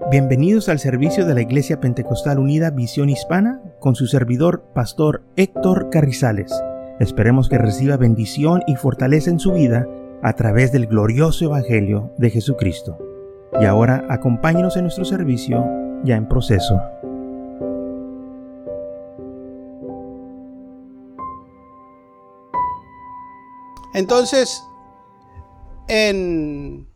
Bienvenidos al servicio de la Iglesia Pentecostal Unida Visión Hispana con su servidor, Pastor Héctor Carrizales. Esperemos que reciba bendición y fortaleza en su vida a través del glorioso Evangelio de Jesucristo. Y ahora acompáñenos en nuestro servicio ya en proceso. Entonces, en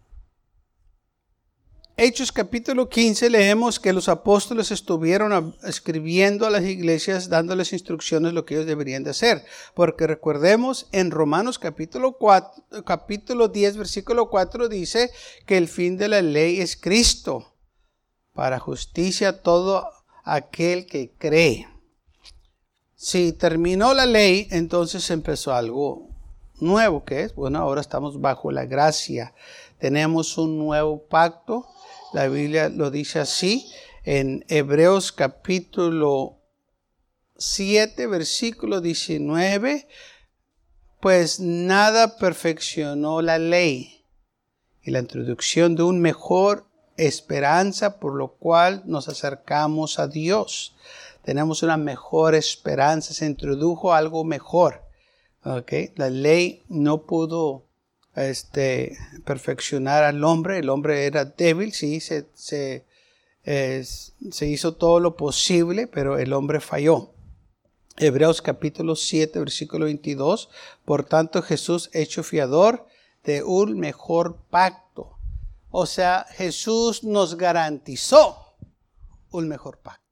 Hechos capítulo 15 leemos que los apóstoles estuvieron escribiendo a las iglesias, dándoles instrucciones lo que ellos deberían de hacer. Porque recordemos, en Romanos capítulo 10, versículo 4 dice que el fin de la ley es Cristo, para justicia a todo aquel que cree. Si terminó la ley, entonces empezó algo nuevo, que es, bueno, ahora estamos bajo la gracia. Tenemos un nuevo pacto. La Biblia lo dice así en Hebreos capítulo 7, versículo 19. Pues nada perfeccionó la ley y la introducción de un mejor esperanza por lo cual nos acercamos a Dios. Tenemos una mejor esperanza, se introdujo algo mejor. Okay. La ley no pudo perfeccionar al hombre. El hombre era débil, sí, se hizo todo lo posible, pero el hombre falló. Hebreos capítulo 7, versículo 22. Por tanto, Jesús hecho fiador de un mejor pacto. O sea, Jesús nos garantizó un mejor pacto.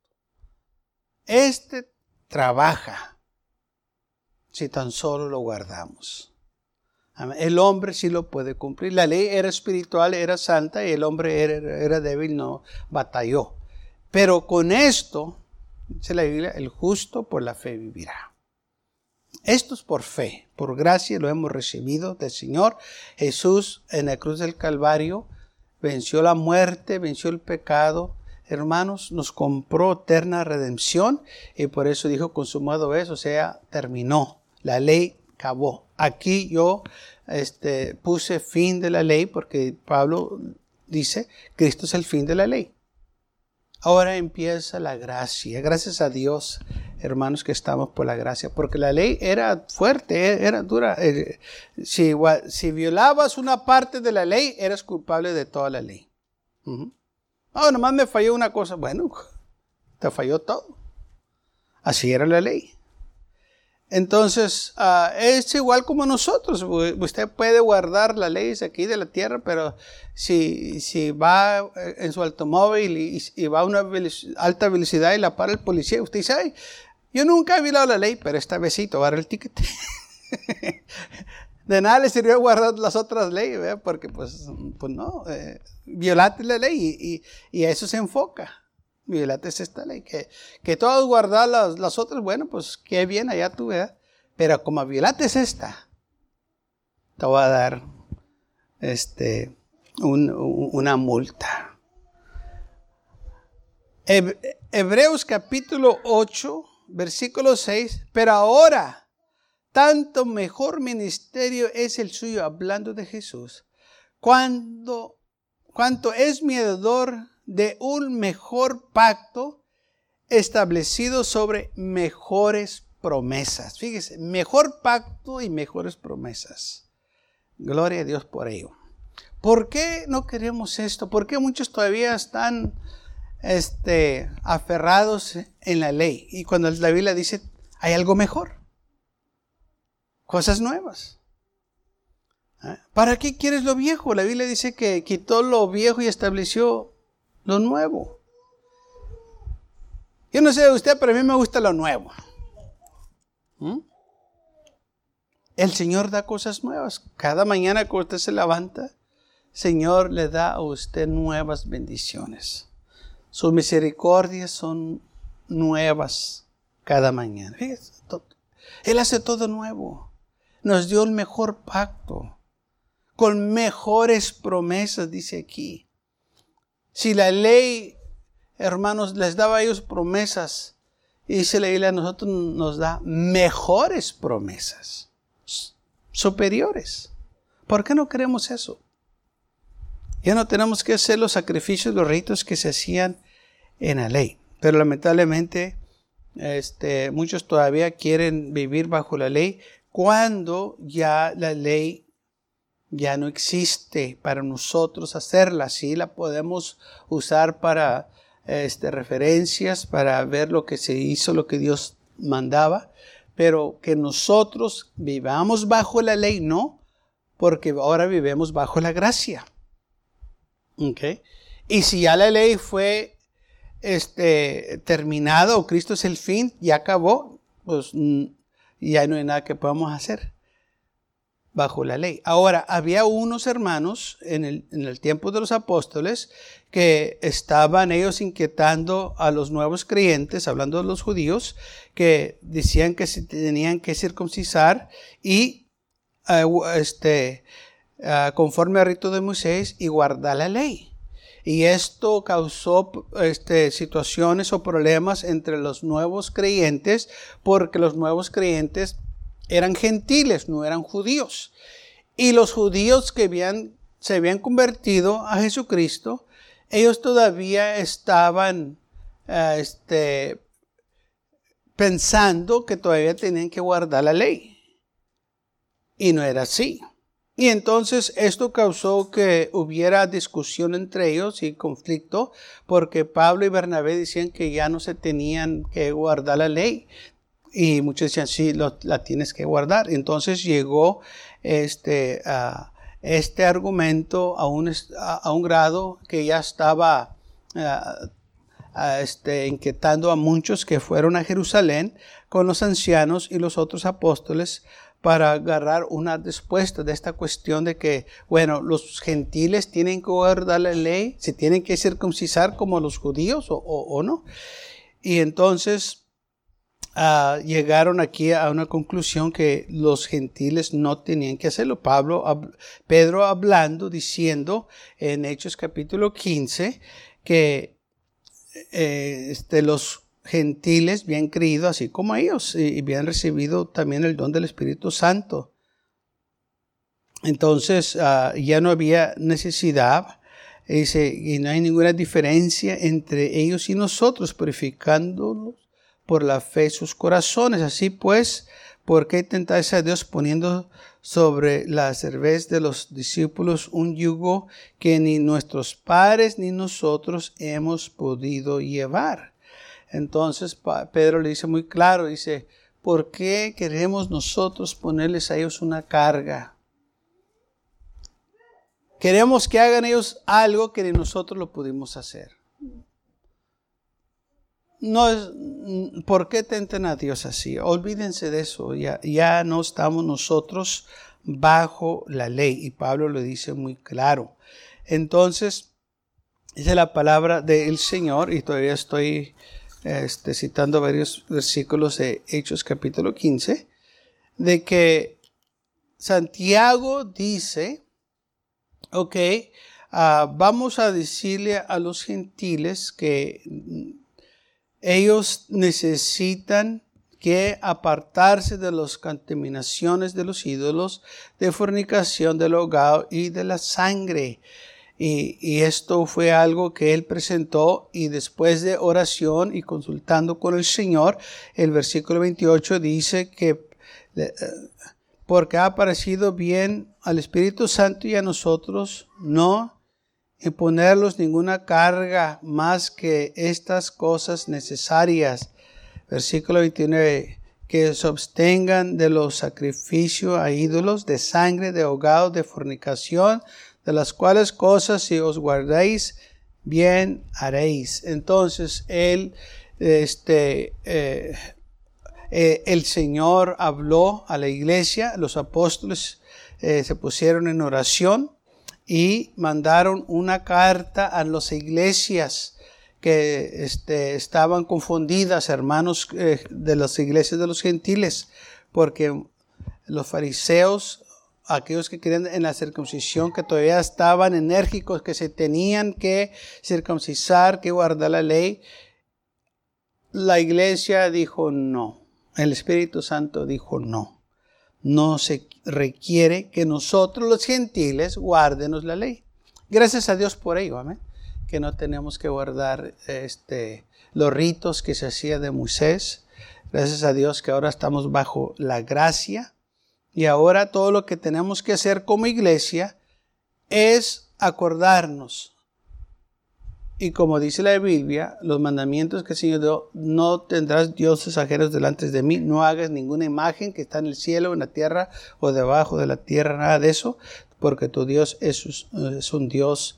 Trabaja si tan solo lo guardamos. El hombre sí lo puede cumplir. La ley era espiritual, era santa, y el hombre era débil, no batalló. Pero con esto, dice la Biblia, el justo por la fe vivirá. Esto es por fe, por gracia lo hemos recibido del Señor. Jesús en la cruz del Calvario venció la muerte, venció el pecado. Hermanos, nos compró eterna redención y por eso dijo consumado es, o sea, terminó. La ley acabó. Aquí yo puse fin de la ley porque Pablo dice, Cristo es el fin de la ley. Ahora empieza la gracia. Gracias a Dios, hermanos, que estamos por la gracia. Porque la ley era fuerte, era dura. Si violabas una parte de la ley, eras culpable de toda la ley. Nomás me falló una cosa. Bueno, te falló todo. Así era la ley. Entonces, es igual como nosotros. Usted puede guardar las leyes aquí de la tierra, pero si va en su automóvil y va a una alta velocidad y la para el policía, usted dice, ay, yo nunca he violado la ley, pero esta vez sí, te va a dar el ticket. De nada le sirvió guardar las otras leyes, ¿verdad? Porque pues no, violaste la ley y a eso se enfoca. Violaste esta ley, que todos guardar las otras, bueno, pues qué bien, allá tú, ¿verdad? Pero como violaste esta, te voy a dar una multa. Hebreos capítulo 8, versículo 6, pero ahora, tanto mejor ministerio es el suyo, hablando de Jesús, cuanto es mediador de un mejor pacto establecido sobre mejores promesas. Fíjese, mejor pacto y mejores promesas. Gloria a Dios por ello. ¿Por qué no queremos esto? ¿Por qué muchos todavía están aferrados en la ley? Y cuando la Biblia dice, hay algo mejor. Cosas nuevas. ¿Para qué quieres lo viejo? La Biblia dice que quitó lo viejo y estableció lo nuevo. Yo no sé de usted, pero a mí me gusta lo nuevo. El Señor da cosas nuevas. Cada mañana que usted se levanta, el Señor le da a usted nuevas bendiciones. Sus misericordias son nuevas cada mañana. Fíjese, Él hace todo nuevo. Nos dio el mejor pacto, con mejores promesas, dice aquí. Si la ley, hermanos, les daba a ellos promesas, y dice la Biblia, a nosotros nos da mejores promesas, superiores. ¿Por qué no queremos eso? Ya no tenemos que hacer los sacrificios, los ritos que se hacían en la ley. Pero lamentablemente muchos todavía quieren vivir bajo la ley cuando ya la ley ya no existe para nosotros hacerla. Sí la podemos usar para referencias, para ver lo que se hizo, lo que Dios mandaba, pero que nosotros vivamos bajo la ley, no, porque ahora vivimos bajo la gracia. Okay. Y si ya la ley fue terminada o Cristo es el fin, ya acabó, pues ya no hay nada que podamos hacer bajo la ley. Ahora, había unos hermanos en el tiempo de los apóstoles que estaban ellos inquietando a los nuevos creyentes, hablando de los judíos, que decían que se tenían que circuncidar y conforme al rito de Moisés y guardar la ley. Y esto causó situaciones o problemas entre los nuevos creyentes, porque los nuevos creyentes eran gentiles, no eran judíos. Y los judíos que se habían convertido a Jesucristo, ellos todavía estaban pensando que todavía tenían que guardar la ley. Y no era así. Y entonces esto causó que hubiera discusión entre ellos y conflicto, porque Pablo y Bernabé decían que ya no se tenían que guardar la ley. Y muchos decían, sí, la tienes que guardar. Entonces llegó este argumento a un grado que ya estaba inquietando a muchos que fueron a Jerusalén con los ancianos y los otros apóstoles para agarrar una respuesta de esta cuestión de que, bueno, los gentiles tienen que guardar la ley, se tienen que circuncidar como los judíos o no. Y entonces llegaron aquí a una conclusión que los gentiles no tenían que hacerlo. Pedro hablando, diciendo en Hechos capítulo 15 que los gentiles habían creído así como ellos y habían recibido también el don del Espíritu Santo. Entonces ya no había necesidad, y no hay ninguna diferencia entre ellos y nosotros, purificándolos por la fe sus corazones. Así pues, ¿por qué tentáis a Dios poniendo sobre la cerviz de los discípulos un yugo que ni nuestros padres ni nosotros hemos podido llevar? Entonces Pedro le dice muy claro, dice, ¿por qué queremos nosotros ponerles a ellos una carga? Queremos que hagan ellos algo que ni nosotros lo pudimos hacer. ¿Por qué tentan a Dios así? Olvídense de eso. Ya no estamos nosotros bajo la ley. Y Pablo lo dice muy claro. Entonces, esa es la palabra del Señor. Y todavía estoy citando varios versículos de Hechos capítulo 15. De que Santiago dice, vamos a decirle a los gentiles que ellos necesitan que apartarse de las contaminaciones de los ídolos, de fornicación, del ahogado y de la sangre. Y esto fue algo que él presentó, y después de oración y consultando con el Señor, el versículo 28 dice que porque ha parecido bien al Espíritu Santo y a nosotros no imponerlos ninguna carga más que estas cosas necesarias. Versículo 29, que se abstengan de los sacrificios a ídolos, de sangre, de ahogado, de fornicación, de las cuales cosas si os guardáis, bien haréis. Entonces, el Señor habló a la iglesia, los apóstoles se pusieron en oración y mandaron una carta a las iglesias que estaban confundidas, hermanos de las iglesias de los gentiles, porque los fariseos, aquellos que creían en la circuncisión, que todavía estaban enérgicos, que se tenían que circuncidar, que guardar la ley, la iglesia dijo no. El Espíritu Santo dijo no. No se requiere que nosotros los gentiles guardemos la ley. Gracias a Dios por ello, amén. Que no tenemos que guardar los ritos que se hacían de Moisés. Gracias a Dios que ahora estamos bajo la gracia. Y ahora todo lo que tenemos que hacer como iglesia es acordarnos. Y como dice la Biblia, los mandamientos que el Señor dio: no tendrás dioses ajenos delante de mí, no hagas ninguna imagen que está en el cielo, en la tierra o debajo de la tierra, nada de eso, porque tu Dios es un Dios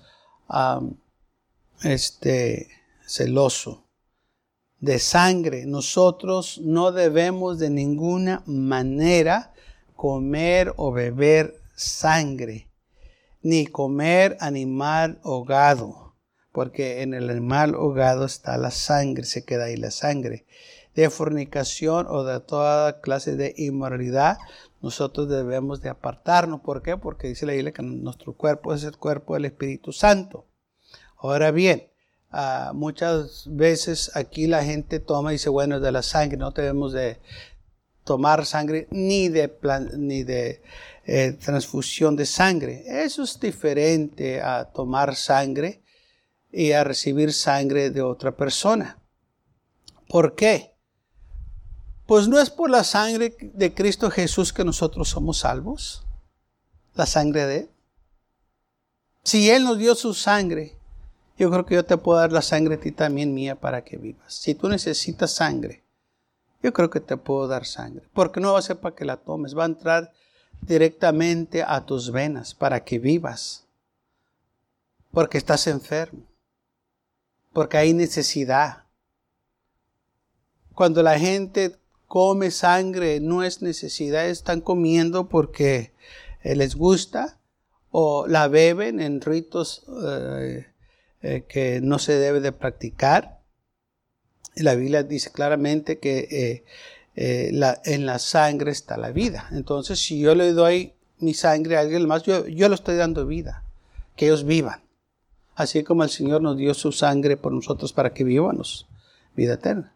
celoso, de sangre. Nosotros no debemos de ninguna manera comer o beber sangre, ni comer animal ahogado. Porque en el animal ahogado está la sangre, se queda ahí la sangre. De fornicación o de toda clase de inmoralidad, nosotros debemos de apartarnos. ¿Por qué? Porque dice la Biblia que nuestro cuerpo es el cuerpo del Espíritu Santo. Ahora bien, muchas veces aquí la gente toma y dice, bueno, de la sangre, no debemos de tomar sangre ni de transfusión de sangre. Eso es diferente a tomar sangre y a recibir sangre de otra persona. ¿Por qué? Pues no es por la sangre de Cristo Jesús que nosotros somos salvos. La sangre de Él. Si Él nos dio su sangre, yo creo que yo te puedo dar la sangre a ti también mía para que vivas. Si tú necesitas sangre, yo creo que te puedo dar sangre. Porque no va a ser para que la tomes, va a entrar directamente a tus venas para que vivas. Porque estás enfermo. Porque hay necesidad. Cuando la gente come sangre, no es necesidad, están comiendo porque les gusta o la beben en ritos que no se debe de practicar. Y la Biblia dice claramente que en la sangre está la vida. Entonces, si yo le doy mi sangre a alguien más, yo le estoy dando vida, que ellos vivan. Así como el Señor nos dio su sangre por nosotros para que vivamos vida eterna.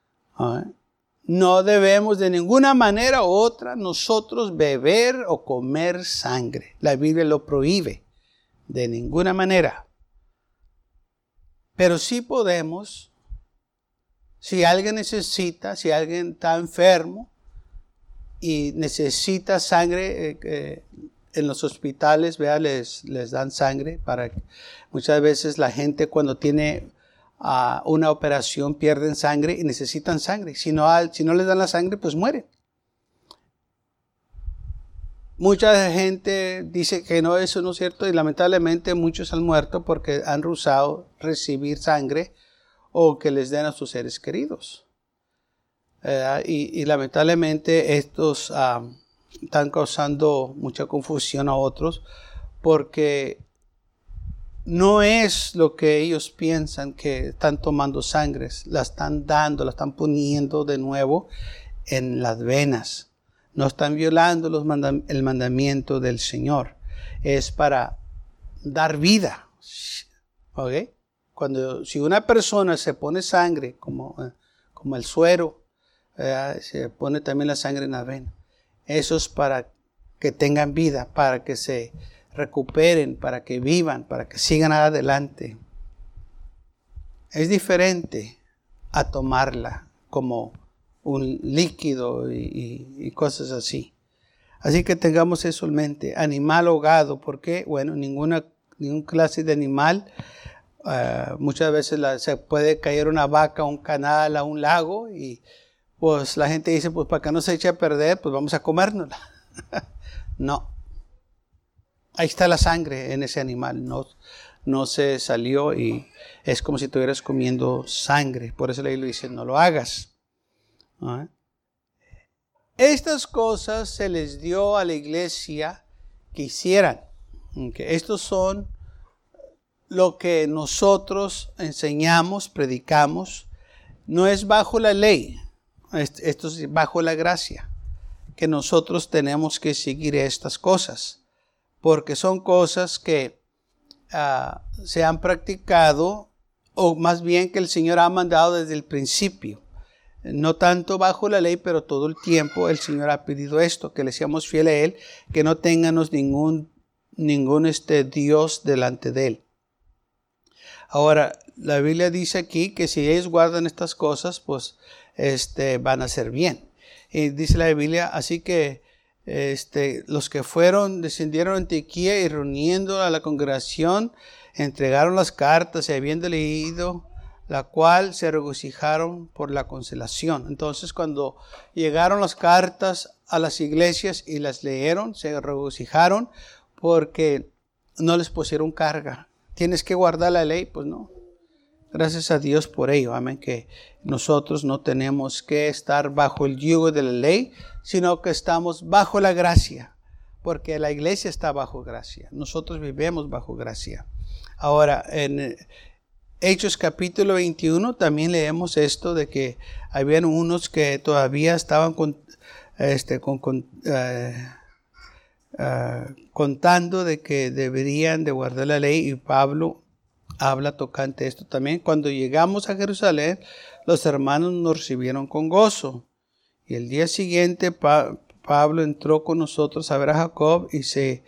No debemos de ninguna manera u otra nosotros beber o comer sangre. La Biblia lo prohíbe de ninguna manera. Pero sí podemos, si alguien necesita, si alguien está enfermo y necesita sangre, en los hospitales, les dan sangre. Muchas veces la gente cuando tiene una operación pierden sangre y necesitan sangre. Si no les dan la sangre, pues mueren. Mucha gente dice que no, eso no es cierto, y lamentablemente muchos han muerto porque han rehusado recibir sangre o que les den a sus seres queridos. Y lamentablemente estos están causando mucha confusión a otros porque no es lo que ellos piensan que están tomando sangre, la están dando, la están poniendo de nuevo en las venas. No están violando el mandamiento del Señor. Es para dar vida. ¿Ok? Si una persona se pone sangre, como el suero, se pone también la sangre en la vena. Eso es para que tengan vida, para que se recuperen, para que vivan, para que sigan adelante. Es diferente a tomarla como un líquido y cosas así. Así que tengamos eso en mente. Animal ahogado, ¿por qué? Bueno, ninguna clase de animal. Muchas veces se puede caer una vaca a un canal, a un lago, y pues la gente dice, pues para que no se eche a perder, pues vamos a comérnosla. No. Ahí está la sangre en ese animal. No se salió y es como si estuvieras comiendo sangre. Por eso la Biblia dice, no lo hagas. Estas cosas se les dio a la iglesia que hicieran. Estos son lo que nosotros enseñamos, predicamos. No es bajo la ley. Esto es bajo la gracia. Que nosotros tenemos que seguir estas cosas. Porque son cosas que se han practicado, o más bien que el Señor ha mandado desde el principio. No tanto bajo la ley, pero todo el tiempo el Señor ha pedido esto, que le seamos fieles a Él, que no tengamos ningún Dios delante de él. Ahora, la Biblia dice aquí que si ellos guardan estas cosas, pues van a ser bien. Y dice la Biblia, así que los que descendieron a Antioquía y reuniendo a la congregación, entregaron las cartas y habiendo leído, la cual se regocijaron por la consolación. Entonces, cuando llegaron las cartas a las iglesias y las leyeron, se regocijaron porque no les pusieron carga. ¿Tienes que guardar la ley? Pues no. Gracias a Dios por ello. Amén. Que nosotros no tenemos que estar bajo el yugo de la ley, sino que estamos bajo la gracia. Porque la iglesia está bajo gracia. Nosotros vivimos bajo gracia. Ahora, en Hechos capítulo 21 también leemos esto de que habían unos que todavía estaban contando de que deberían de guardar la ley, y Pablo habla tocante esto también. Cuando llegamos a Jerusalén, los hermanos nos recibieron con gozo, y el día siguiente Pablo entró con nosotros a ver a Jacob, y se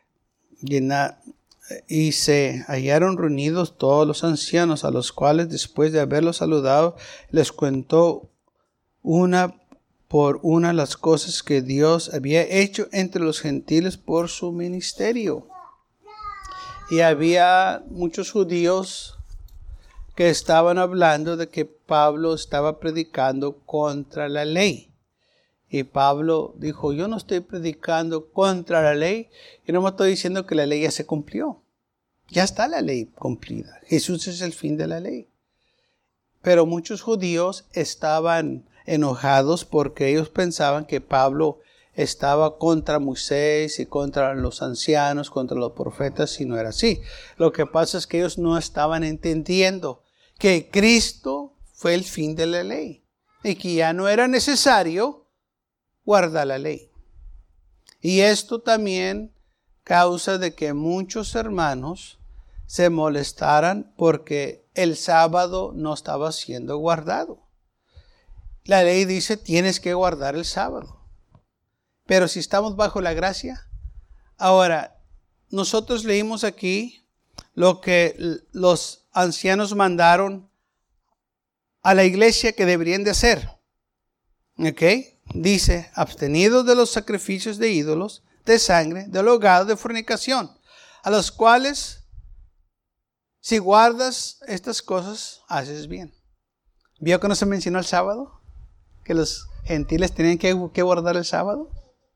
hallaron reunidos todos los ancianos, a los cuales después de haberlos saludado les contó una por una las cosas que Dios había hecho entre los gentiles por su ministerio. Y había muchos judíos que estaban hablando de que Pablo estaba predicando contra la ley. Y Pablo dijo, yo no estoy predicando contra la ley, y no me estoy diciendo que la ley ya se cumplió. Ya está la ley cumplida. Jesús es el fin de la ley. Pero muchos judíos estaban enojados porque ellos pensaban que Pablo estaba contra Moisés y contra los ancianos, contra los profetas, y no era así. Lo que pasa es que ellos no estaban entendiendo que Cristo fue el fin de la ley y que ya no era necesario guardar la ley. Y esto también causa de que muchos hermanos se molestaran porque el sábado no estaba siendo guardado. La ley dice tienes que guardar el sábado. Pero si estamos bajo la gracia. Ahora, nosotros leímos aquí lo que los ancianos mandaron a la iglesia que deberían de hacer. ¿Ok? Dice, abstenidos de los sacrificios de ídolos, de sangre, de holocausto, de fornicación, a los cuales, si guardas estas cosas, haces bien. ¿Vio que no se mencionó el sábado? Que los gentiles tenían que guardar el sábado.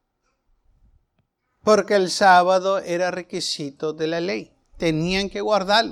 Porque el sábado era requisito de la ley. Tenían que guardarlo.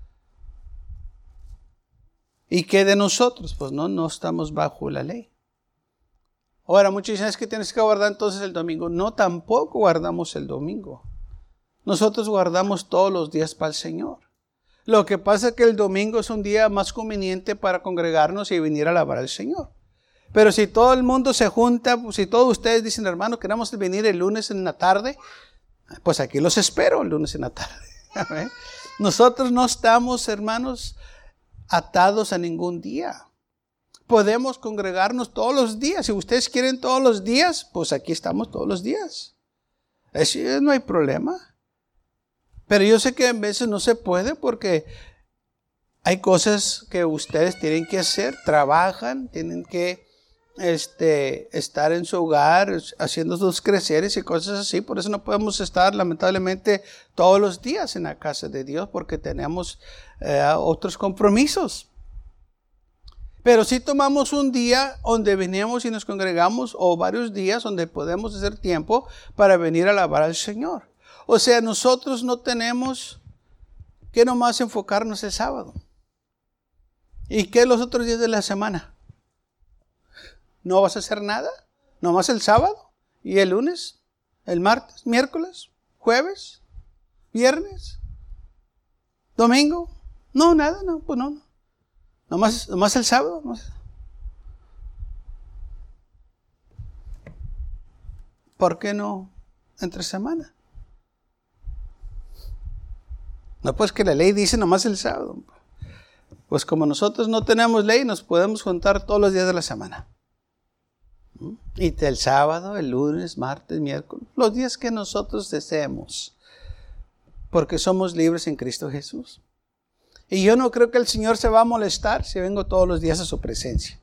¿Y qué de nosotros? Pues no estamos bajo la ley. Ahora, muchos dicen, es que tienes que guardar entonces el domingo. No, tampoco guardamos el domingo. Nosotros guardamos todos los días para el Señor. Lo que pasa es que el domingo es un día más conveniente para congregarnos y venir a alabar al Señor. Pero si todo el mundo se junta, si todos ustedes dicen, hermano, queremos venir el lunes en la tarde, pues aquí los espero el lunes en la tarde. Nosotros no estamos, hermanos, atados a ningún día. Podemos congregarnos todos los días. Si ustedes quieren todos los días, pues aquí estamos todos los días. Así no hay problema. Pero yo sé que a veces no se puede porque hay cosas que ustedes tienen que hacer, trabajan, tienen que estar en su hogar, haciendo sus creceres y cosas así. Por eso no podemos estar, lamentablemente, todos los días en la casa de Dios porque tenemos otros compromisos. Pero si tomamos un día donde venimos y nos congregamos, o varios días donde podemos hacer tiempo para venir a alabar al Señor. O sea, nosotros no tenemos que nomás enfocarnos el sábado. ¿Y qué los otros días de la semana? ¿No vas a hacer nada? ¿Nomás el sábado? ¿Y el lunes? ¿El martes? ¿Miércoles? ¿Jueves? ¿Viernes? ¿Domingo? No, nada, no, pues no. ¿Nomás el sábado? ¿Por qué no entre semana? No, pues que la ley dice nomás el sábado. Pues como nosotros no tenemos ley, nos podemos juntar todos los días de la semana. Y el sábado, el lunes, martes, miércoles, los días que nosotros deseemos. porque somos libres en Cristo Jesús. Y yo no creo que el Señor se va a molestar si vengo todos los días a su presencia.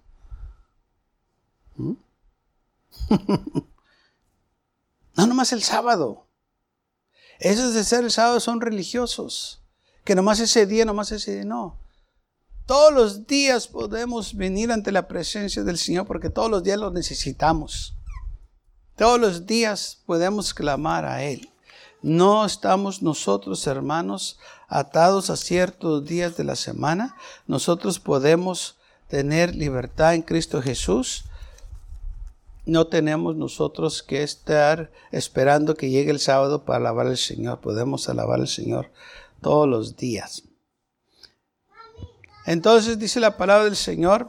No nomás el sábado. Esos de ser el sábado son religiosos. Que nomás ese día, no. Todos los días podemos venir ante la presencia del Señor porque todos los días lo necesitamos. Todos los días podemos clamar a Él. No estamos nosotros, hermanos, atados a ciertos días de la semana. Nosotros podemos tener libertad en Cristo Jesús. No tenemos nosotros que estar esperando que llegue el sábado para alabar al Señor. Podemos alabar al Señor todos los días. Entonces dice la palabra del Señor,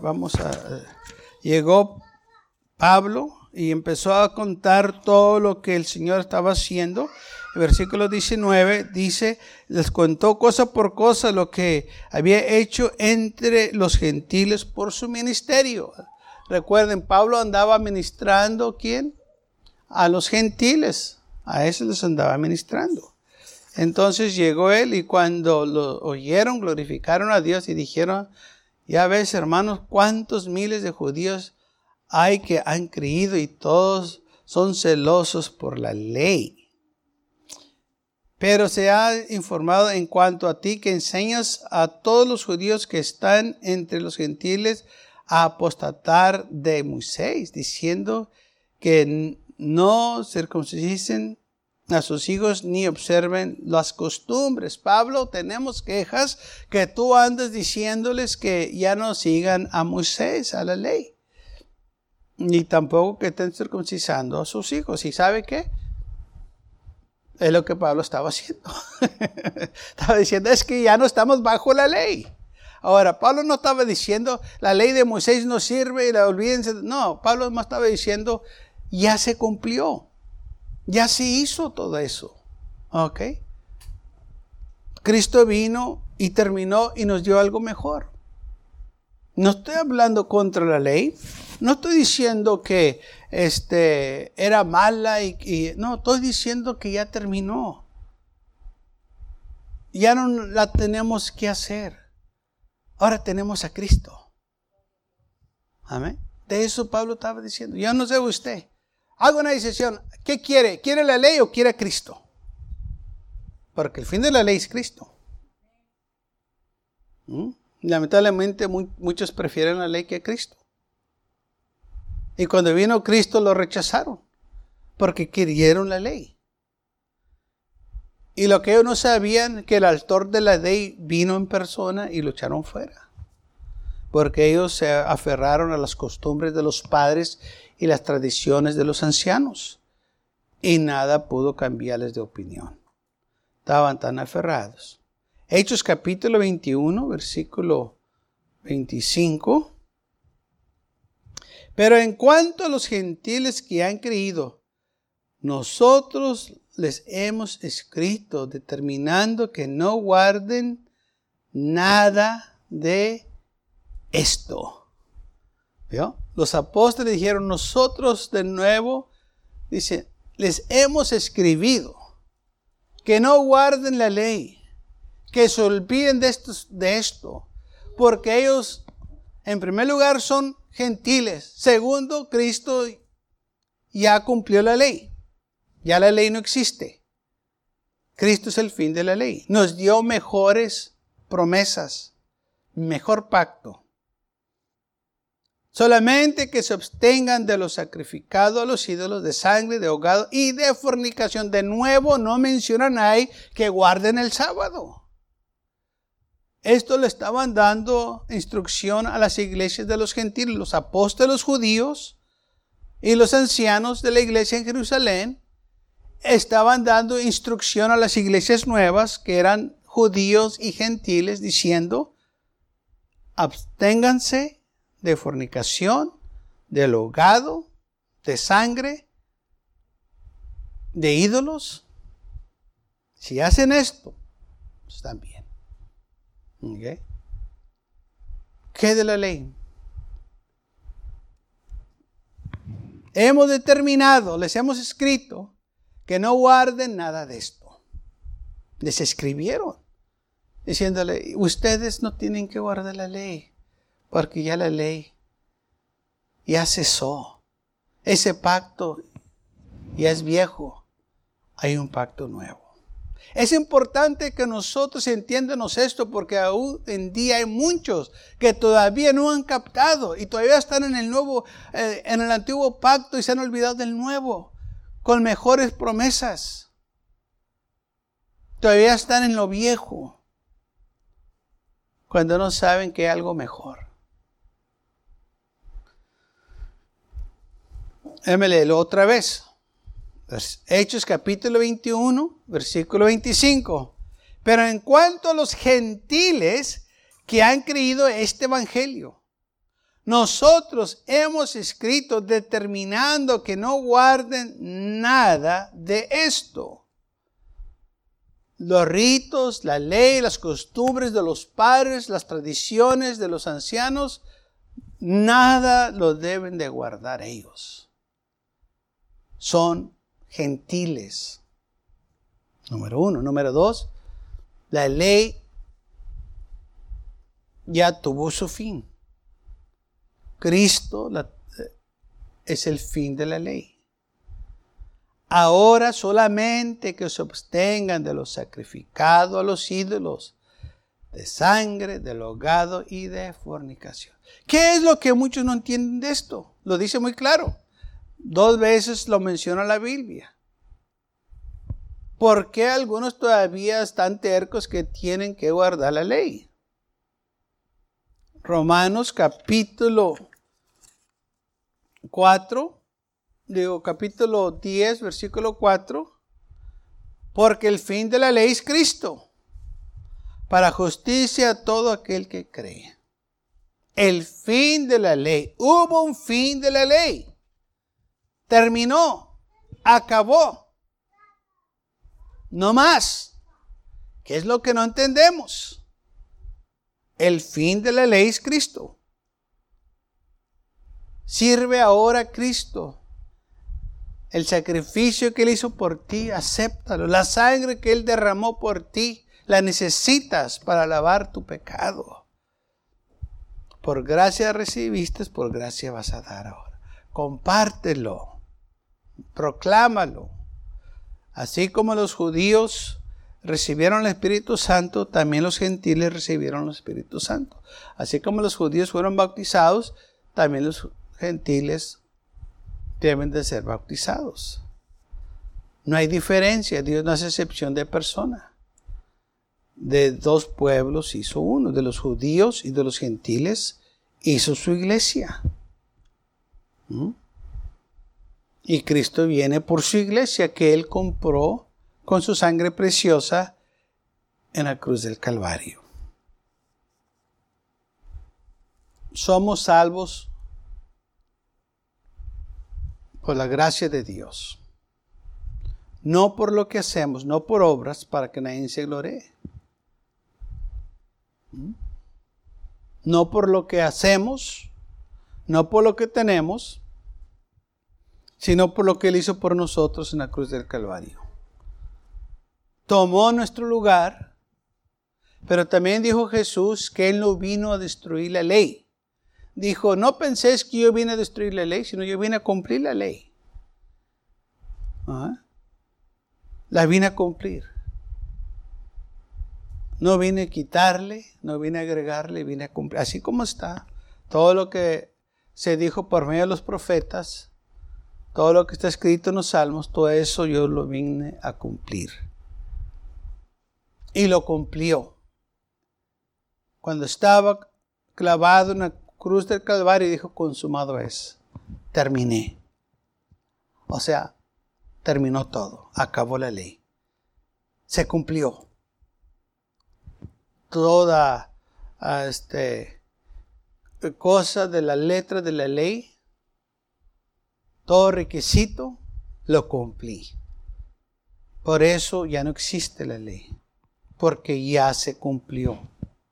llegó Pablo y empezó a contar todo lo que el Señor estaba haciendo. El versículo 19 dice, les contó cosa por cosa lo que había hecho entre los gentiles por su ministerio. Recuerden, Pablo andaba ministrando, ¿quién? A los gentiles. A esos les andaba ministrando. Entonces llegó él y cuando lo oyeron, glorificaron a Dios y dijeron, ya ves, hermanos, cuántos miles de judíos hay que han creído y todos son celosos por la ley. Pero se ha informado en cuanto a ti que enseñas a todos los judíos que están entre los gentiles a apostatar de Moisés, diciendo que no circunciden a sus hijos ni observen las costumbres. Pablo, tenemos quejas que tú andas diciéndoles que ya no sigan a Moisés, a la ley. Ni tampoco que estén circuncisando a sus hijos. ¿Y sabe qué? Es lo que Pablo estaba haciendo. Estaba diciendo, es que ya no estamos bajo la ley. Ahora, Pablo no estaba diciendo, la ley de Moisés no sirve y la olvídense. No, Pablo más estaba diciendo, ya se cumplió. Ya se hizo todo eso. ¿Ok? Cristo vino y terminó y nos dio algo mejor. No estoy hablando contra la ley. No estoy diciendo que era mala no, estoy diciendo que ya terminó. Ya no la tenemos que hacer. Ahora tenemos a Cristo. Amén. De eso Pablo estaba diciendo. Yo no sé usted. Haga una decisión. ¿Qué quiere? ¿Quiere la ley o quiere a Cristo? Porque el fin de la ley es Cristo. Lamentablemente muchos prefieren la ley que a Cristo. Y cuando vino Cristo lo rechazaron. Porque querían la ley. Y lo que ellos no sabían, que el autor de la ley vino en persona y lo echaron fuera. Porque ellos se aferraron a las costumbres de los padres y las tradiciones de los ancianos. Y nada pudo cambiarles de opinión. Estaban tan aferrados. Hechos capítulo 21, versículo 25. Pero en cuanto a los gentiles que han creído, nosotros les hemos escrito determinando que no guarden nada de esto. ¿Vio? Los apóstoles dijeron, nosotros de nuevo, dice, les hemos escribido que no guarden la ley, que se olviden de esto, porque ellos, en primer lugar, son gentiles. Segundo, Cristo ya cumplió la ley. Ya la ley no existe. Cristo es el fin de la ley. Nos dio mejores promesas, mejor pacto. Solamente que se abstengan de lo sacrificado a los ídolos, de sangre, de ahogado y de fornicación. De nuevo, no mencionan ahí que guarden el sábado. Esto le estaban dando instrucción a las iglesias de los gentiles, los apóstoles judíos y los ancianos de la iglesia en Jerusalén. Estaban dando instrucción a las iglesias nuevas, que eran judíos y gentiles, diciendo, absténganse de fornicación, de ahogado, de sangre, de ídolos. Si hacen esto, están bien. ¿Okay? ¿Qué de la ley? Hemos determinado, les hemos escrito, que no guarden nada de esto. Les escribieron, diciéndole, ustedes no tienen que guardar la ley, porque ya la ley ya cesó. Ese pacto ya es viejo. Hay un pacto nuevo. Es importante que nosotros entiendamos esto, porque aún en día hay muchos que todavía no han captado y todavía están en el antiguo pacto y se han olvidado del nuevo, con mejores promesas. Todavía están en lo viejo, cuando no saben que hay algo mejor. Déjame leerlo otra vez. Hechos capítulo 21, versículo 25. Pero en cuanto a los gentiles que han creído este evangelio, nosotros hemos escrito determinando que no guarden nada de esto. Los ritos, la ley, las costumbres de los padres, las tradiciones de los ancianos, nada lo deben de guardar ellos. Son gentiles. Número 1. Número 2. La ley ya tuvo su fin. Cristo es el fin de la ley. Ahora solamente que se abstengan de lo sacrificado a los ídolos, de sangre, del ahogado y de fornicación. ¿Qué es lo que muchos no entienden de esto? Lo dice muy claro. 2 veces lo menciona la Biblia. ¿Por qué algunos todavía están tercos que tienen que guardar la ley? Romanos capítulo 10, versículo 4. Porque el fin de la ley es Cristo, para justicia a todo aquel que cree. El fin de la ley. Hubo un fin de la ley. Terminó, acabó. No más. ¿Qué es lo que no entendemos? El fin de la ley es Cristo. Sirve ahora Cristo. El sacrificio que Él hizo por ti, acéptalo. La sangre que Él derramó por ti, la necesitas para lavar tu pecado. Por gracia recibiste, por gracia vas a dar ahora. Compártelo. Proclámalo. Así como los judíos recibieron el Espíritu Santo, también los gentiles recibieron el Espíritu Santo. Así como los judíos fueron bautizados, también los gentiles deben de ser bautizados. No hay diferencia. Dios no hace excepción de persona. De 2 pueblos hizo uno. De los judíos y de los gentiles hizo su iglesia. Y Cristo viene por su iglesia que Él compró con su sangre preciosa en la cruz del Calvario. Somos salvos por la gracia de Dios. No por lo que hacemos, no por obras para que nadie se gloree. No por lo que hacemos, no por lo que tenemos, sino por lo que Él hizo por nosotros en la cruz del Calvario. Tomó nuestro lugar, pero también dijo Jesús que Él no vino a destruir la ley. Dijo, no penséis que yo vine a destruir la ley, sino yo vine a cumplir la ley. La vine a cumplir. No vine a quitarle, no vine a agregarle, vine a cumplir. Así como está, todo lo que se dijo por medio de los profetas, todo lo que está escrito en los salmos, todo eso yo lo vine a cumplir. Y lo cumplió. Cuando estaba clavado en la cruz del Calvario, dijo, consumado es. Terminé. O sea, terminó todo. Acabó la ley. Se cumplió. Toda cosa de la letra de la ley, todo requisito, lo cumplí. Por eso ya no existe la ley. Porque ya se cumplió.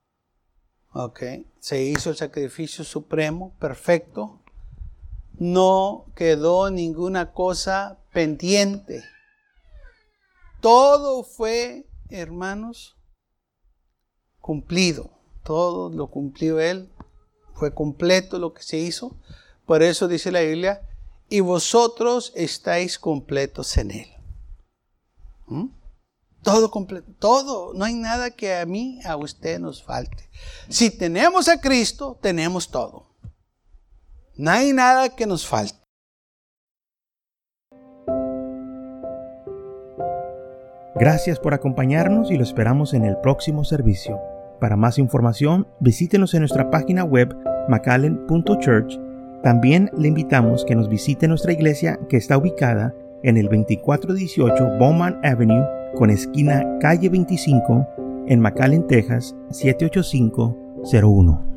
Se hizo el sacrificio supremo, perfecto. No quedó ninguna cosa pendiente. Todo fue hermanos, cumplido. Todo lo cumplió Él. Fue completo lo que se hizo. Por eso dice la Biblia, y vosotros estáis completos en Él. Todo completo, todo. No hay nada que a mí, a usted nos falte. Si tenemos a Cristo, tenemos todo. No hay nada que nos falte. Gracias por acompañarnos y lo esperamos en el próximo servicio. Para más información, visítenos en nuestra página web mcallen.church. También le invitamos que nos visite nuestra iglesia que está ubicada en el 2418 Bowman Avenue con esquina calle 25 en McAllen, Texas 78501.